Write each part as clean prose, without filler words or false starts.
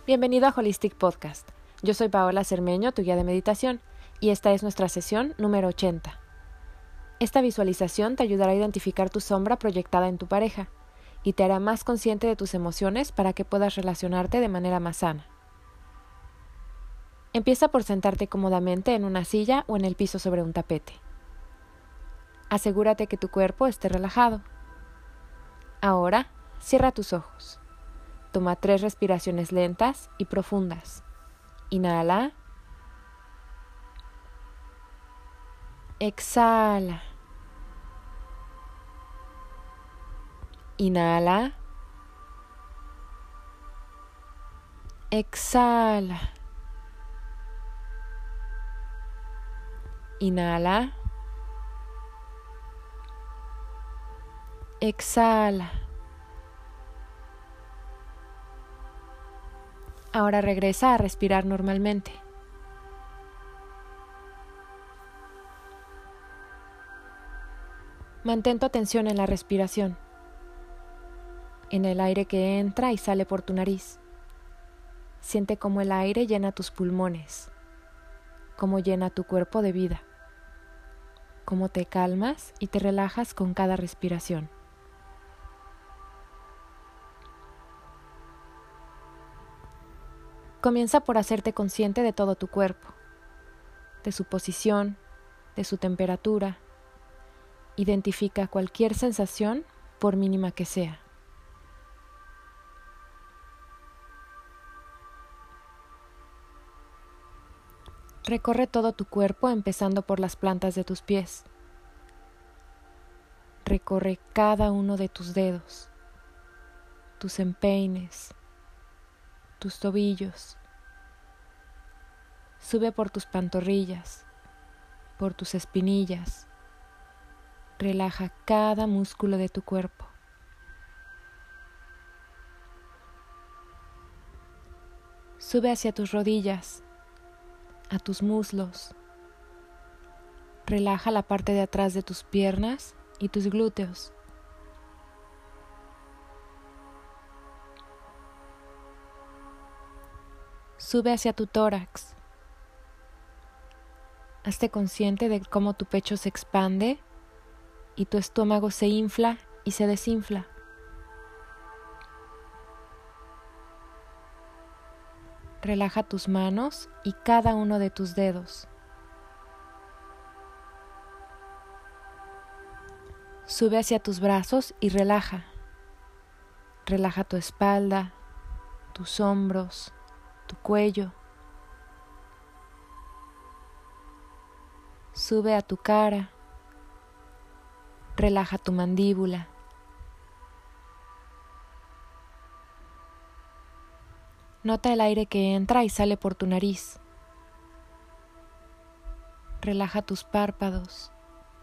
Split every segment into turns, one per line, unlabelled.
Bienvenido a Holistic Podcast. Yo soy Paola Cermeño, tu guía de meditación, y esta es nuestra sesión número 80. Esta visualización te ayudará a identificar tu sombra proyectada en tu pareja y te hará más consciente de tus emociones para que puedas relacionarte de manera más sana. Empieza por sentarte cómodamente en una silla o en el piso sobre un tapete. Asegúrate que tu cuerpo esté relajado. Ahora, cierra tus ojos. Toma 3 respiraciones lentas y profundas. Inhala. Exhala. Inhala. Exhala. Inhala. Exhala. Ahora regresa a respirar normalmente. Mantén tu atención en la respiración, en el aire que entra y sale por tu nariz. Siente cómo el aire llena tus pulmones, cómo llena tu cuerpo de vida, cómo te calmas y te relajas con cada respiración. Comienza por hacerte consciente de todo tu cuerpo, de su posición, de su temperatura. Identifica cualquier sensación, por mínima que sea. Recorre todo tu cuerpo empezando por las plantas de tus pies. Recorre cada uno de tus dedos, tus empeines, tus tobillos. Sube por tus pantorrillas, por tus espinillas. Relaja cada músculo de tu cuerpo. Sube hacia tus rodillas, a tus muslos. Relaja la parte de atrás de tus piernas y tus glúteos. Sube hacia tu tórax. Hazte consciente de cómo tu pecho se expande y tu estómago se infla y se desinfla. Relaja tus manos y cada uno de tus dedos. Sube hacia tus brazos y relaja. Relaja tu espalda, tus hombros, tu cuello. Sube a tu cara. Relaja tu mandíbula. Nota el aire que entra y sale por tu nariz. Relaja tus párpados.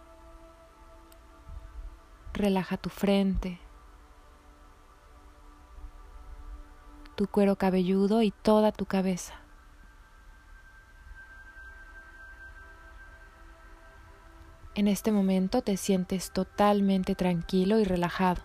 Relaja tu frente, tu cuero cabelludo y toda tu cabeza. En este momento te sientes totalmente tranquilo y relajado.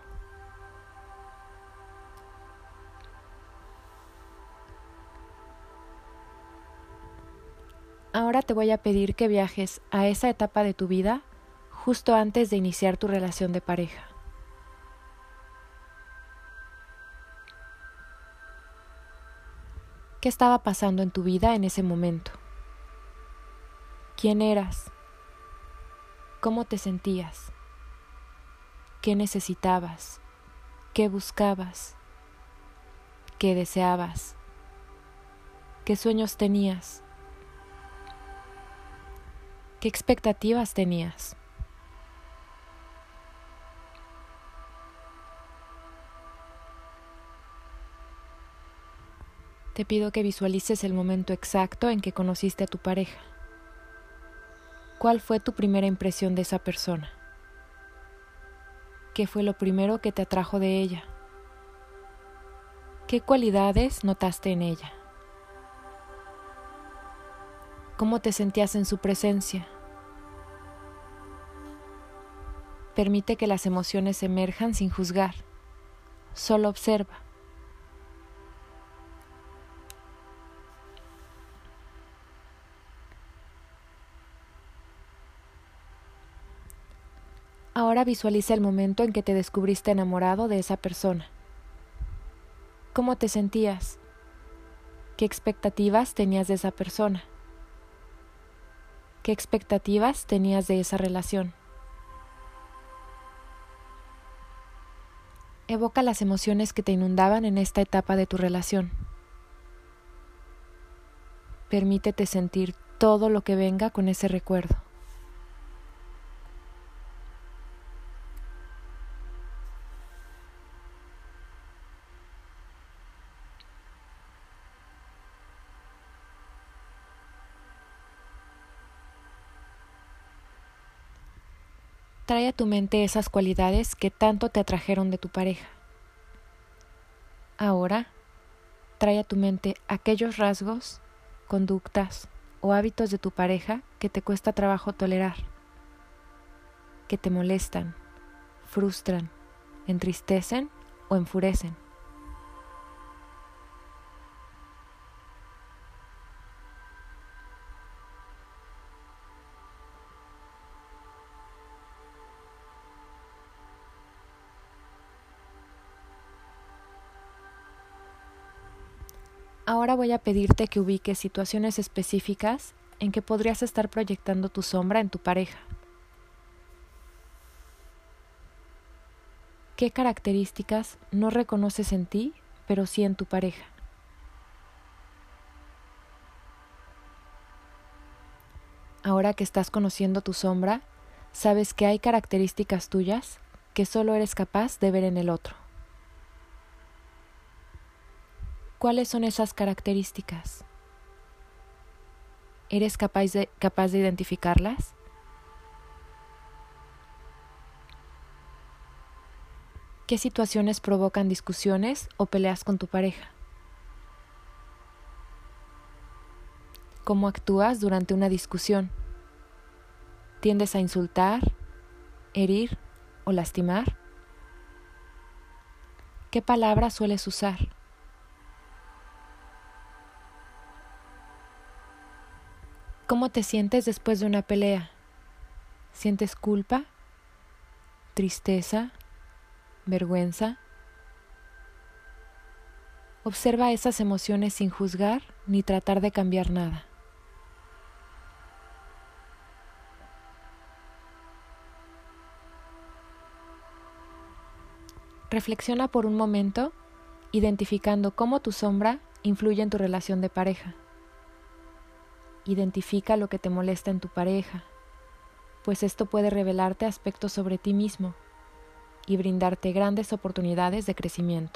Ahora te voy a pedir que viajes a esa etapa de tu vida justo antes de iniciar tu relación de pareja. ¿Qué estaba pasando en tu vida en ese momento? ¿Quién eras? ¿Cómo te sentías? ¿Qué necesitabas? ¿Qué buscabas? ¿Qué deseabas? ¿Qué sueños tenías? ¿Qué expectativas tenías? Te pido que visualices el momento exacto en que conociste a tu pareja. ¿Cuál fue tu primera impresión de esa persona? ¿Qué fue lo primero que te atrajo de ella? ¿Qué cualidades notaste en ella? ¿Cómo te sentías en su presencia? Permite que las emociones emerjan sin juzgar. Solo observa. Ahora visualiza el momento en que te descubriste enamorado de esa persona. ¿Cómo te sentías? ¿Qué expectativas tenías de esa persona? ¿Qué expectativas tenías de esa relación? Evoca las emociones que te inundaban en esta etapa de tu relación. Permítete sentir todo lo que venga con ese recuerdo. Trae a tu mente esas cualidades que tanto te atrajeron de tu pareja. Ahora, trae a tu mente aquellos rasgos, conductas o hábitos de tu pareja que te cuesta trabajo tolerar, que te molestan, frustran, entristecen o enfurecen. Ahora voy a pedirte que ubiques situaciones específicas en que podrías estar proyectando tu sombra en tu pareja. ¿Qué características no reconoces en ti, pero sí en tu pareja? Ahora que estás conociendo tu sombra, sabes que hay características tuyas que solo eres capaz de ver en el otro. ¿Cuáles son esas características? ¿Eres capaz de identificarlas? ¿Qué situaciones provocan discusiones o peleas con tu pareja? ¿Cómo actúas durante una discusión? ¿Tiendes a insultar, herir o lastimar? ¿Qué palabras sueles usar? ¿Cómo te sientes después de una pelea? ¿Sientes culpa, tristeza, vergüenza? Observa esas emociones sin juzgar ni tratar de cambiar nada. Reflexiona por un momento, identificando cómo tu sombra influye en tu relación de pareja. Identifica lo que te molesta en tu pareja, pues esto puede revelarte aspectos sobre ti mismo y brindarte grandes oportunidades de crecimiento.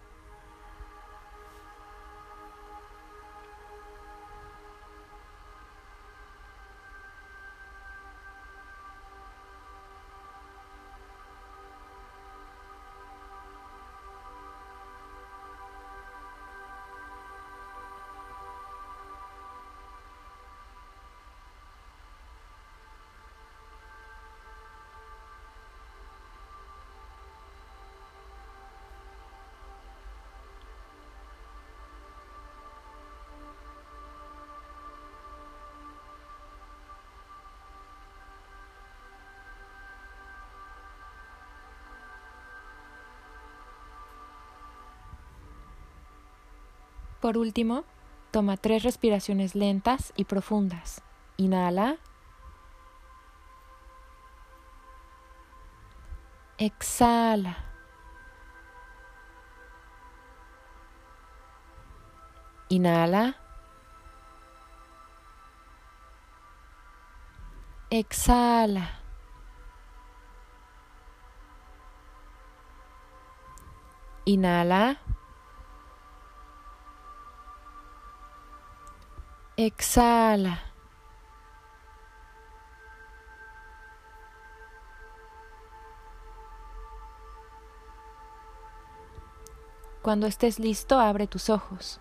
Por último, toma 3 respiraciones lentas y profundas. Inhala. Exhala. Inhala. Exhala. Inhala. Exhala. Cuando estés listo, abre tus ojos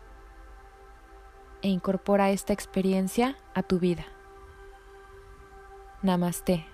e incorpora esta experiencia a tu vida. Namaste.